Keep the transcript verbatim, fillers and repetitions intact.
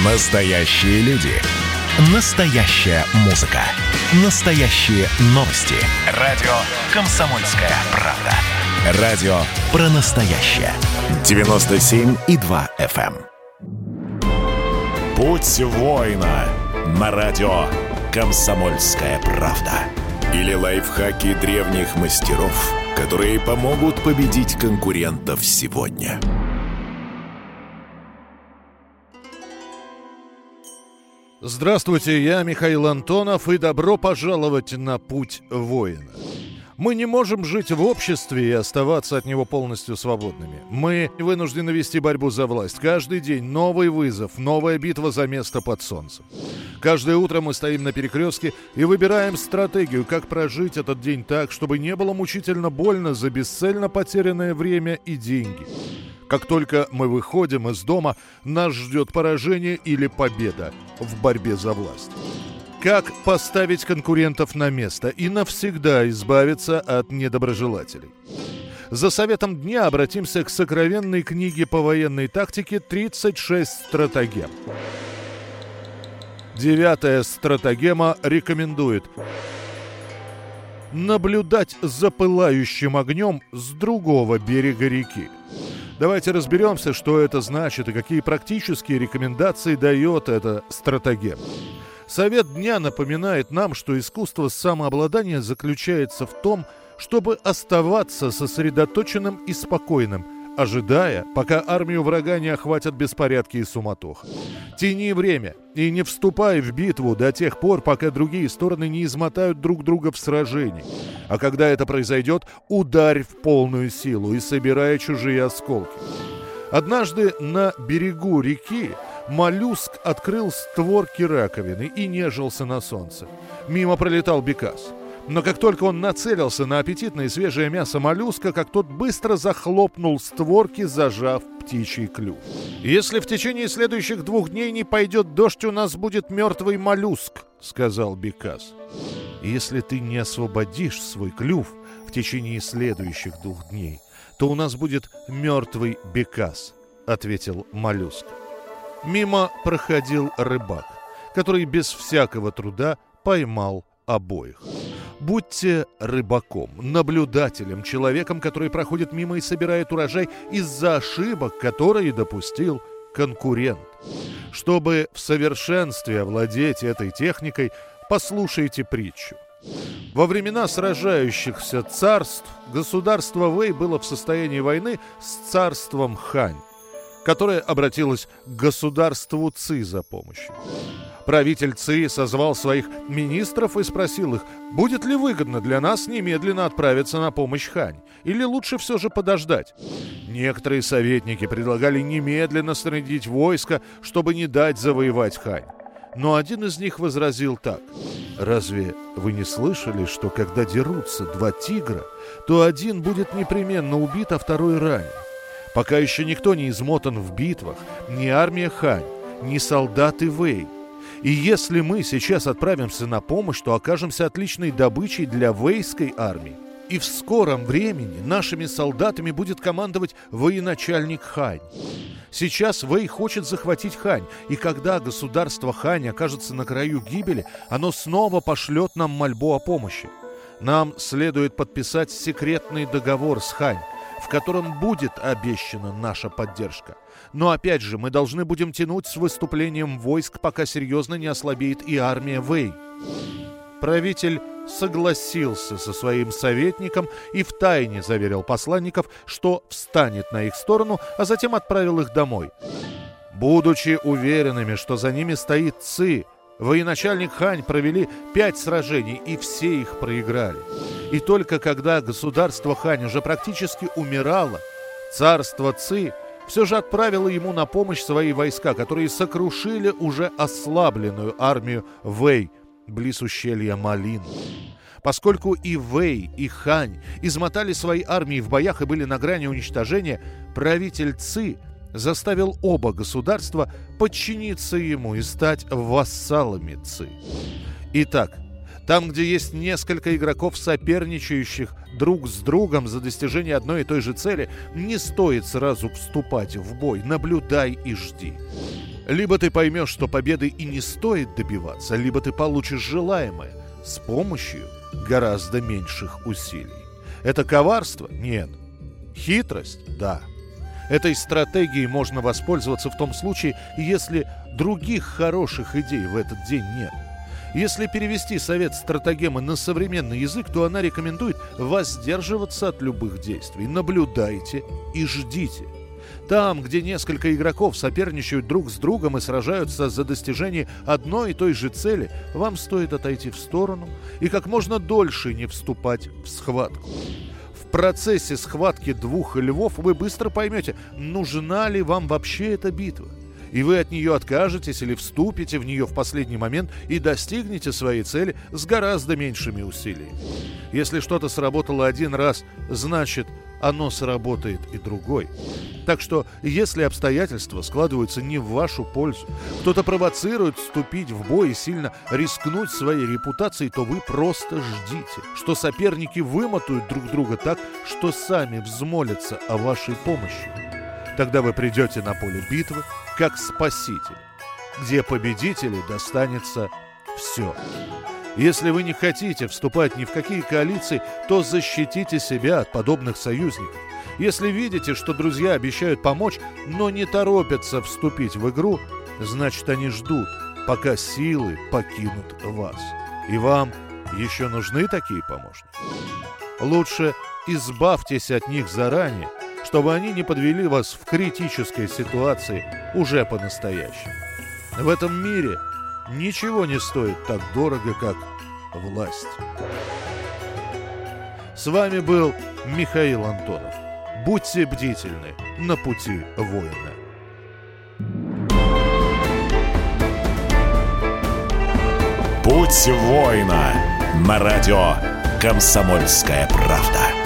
Настоящие люди. Настоящая музыка. Настоящие новости. Радио «Комсомольская правда». Радио про настоящее. девяносто семь и два эф эм. Путь воина на радио «Комсомольская правда». Или лайфхаки древних мастеров, которые помогут победить конкурентов сегодня. Здравствуйте, я Михаил Антонов, и добро пожаловать на «Путь воина». Мы не можем жить в обществе и оставаться от него полностью свободными. Мы вынуждены вести борьбу за власть. Каждый день новый вызов, новая битва за место под солнцем. Каждое утро мы стоим на перекрестке и выбираем стратегию, как прожить этот день так, чтобы не было мучительно больно за бесцельно потерянное время и деньги. Как только мы выходим из дома, нас ждет поражение или победа в борьбе за власть. Как поставить конкурентов на место и навсегда избавиться от недоброжелателей? За советом дня обратимся к сокровенной книге по военной тактике «тридцать шесть стратегем». Девятая стратегема рекомендует наблюдать за пылающим огнем с другого берега реки. Давайте разберемся, что это значит и какие практические рекомендации дает эта стратегема. Совет дня напоминает нам, что искусство самообладания заключается в том, чтобы оставаться сосредоточенным и спокойным, ожидая, пока армию врага не охватят беспорядки и суматоха. Тяни время и не вступай в битву до тех пор, пока другие стороны не измотают друг друга в сражении. А когда это произойдет, ударь в полную силу и собирай чужие осколки. Однажды на берегу реки моллюск открыл створки раковины и нежился на солнце. Мимо пролетал бекас. Но как только он нацелился на аппетитное свежее мясо моллюска, как тот быстро захлопнул створки, зажав птичий клюв. «Если в течение следующих двух дней не пойдет дождь, у нас будет мертвый моллюск», — сказал бекас. «Если ты не освободишь свой клюв в течение следующих двух дней, то у нас будет мертвый бекас», — ответил моллюск. Мимо проходил рыбак, который без всякого труда поймал обоих. Будьте рыбаком, наблюдателем, человеком, который проходит мимо и собирает урожай из-за ошибок, которые допустил конкурент. Чтобы в совершенстве овладеть этой техникой, послушайте притчу. Во времена сражающихся царств государство Вэй было в состоянии войны с царством Хань, которое обратилось к государству Ци за помощью. Правитель Ци созвал своих министров и спросил их, будет ли выгодно для нас немедленно отправиться на помощь Хань, или лучше все же подождать. Некоторые советники предлагали немедленно снарядить войско, чтобы не дать завоевать Хань. Но один из них возразил так: «Разве вы не слышали, что когда дерутся два тигра, то один будет непременно убит, а второй ранен? Пока еще никто не измотан в битвах, ни армия Хань, ни солдаты Вэй. И если мы сейчас отправимся на помощь, то окажемся отличной добычей для вэйской армии. И в скором времени нашими солдатами будет командовать военачальник Хань. Сейчас Вэй хочет захватить Хань, и когда государство Хань окажется на краю гибели, оно снова пошлет нам мольбу о помощи. Нам следует подписать секретный договор с Хань, в котором будет обещана наша поддержка. Но опять же, мы должны будем тянуть с выступлением войск, пока серьезно не ослабеет и армия Вэй». Правитель согласился со своим советником и втайне заверил посланников, что встанет на их сторону, а затем отправил их домой. Будучи уверенными, что за ними стоит Ци, военачальник Хань провели пять сражений, и все их проиграли. И только когда государство Хань уже практически умирало, царство Ци все же отправило ему на помощь свои войска, которые сокрушили уже ослабленную армию Вэй близ ущелья Малин. Поскольку и Вэй, и Хань измотали свои армии в боях и были на грани уничтожения, правитель Ци заставил оба государства подчиниться ему и стать вассалами Ци. Итак, там, где есть несколько игроков, соперничающих друг с другом за достижение одной и той же цели, не стоит сразу вступать в бой. Наблюдай и жди. Либо ты поймешь, что победы и не стоит добиваться, либо ты получишь желаемое с помощью гораздо меньших усилий. Это коварство? Нет. Хитрость? Да. Этой стратегией можно воспользоваться в том случае, если других хороших идей в этот день нет. Если перевести совет стратегемы на современный язык, то она рекомендует воздерживаться от любых действий. Наблюдайте и ждите. Там, где несколько игроков соперничают друг с другом и сражаются за достижение одной и той же цели, вам стоит отойти в сторону и как можно дольше не вступать в схватку. В процессе схватки двух львов вы быстро поймете, нужна ли вам вообще эта битва. И вы от нее откажетесь или вступите в нее в последний момент и достигнете своей цели с гораздо меньшими усилиями. Если что-то сработало один раз, значит, оно сработает и другой. Так что, если обстоятельства складываются не в вашу пользу, кто-то провоцирует вступить в бой и сильно рискнуть своей репутацией, то вы просто ждите, что соперники вымотают друг друга так, что сами взмолятся о вашей помощи. Тогда вы придете на поле битвы как спаситель, где победителю достанется все. Если вы не хотите вступать ни в какие коалиции, то защитите себя от подобных союзников. Если видите, что друзья обещают помочь, но не торопятся вступить в игру, значит, они ждут, пока силы покинут вас. И вам еще нужны такие помощники? Лучше избавьтесь от них заранее, чтобы они не подвели вас в критической ситуации уже по-настоящему. В этом мире ничего не стоит так дорого, как власть. С вами был Михаил Антонов. Будьте бдительны на пути воина. Путь воина на радио «Комсомольская правда».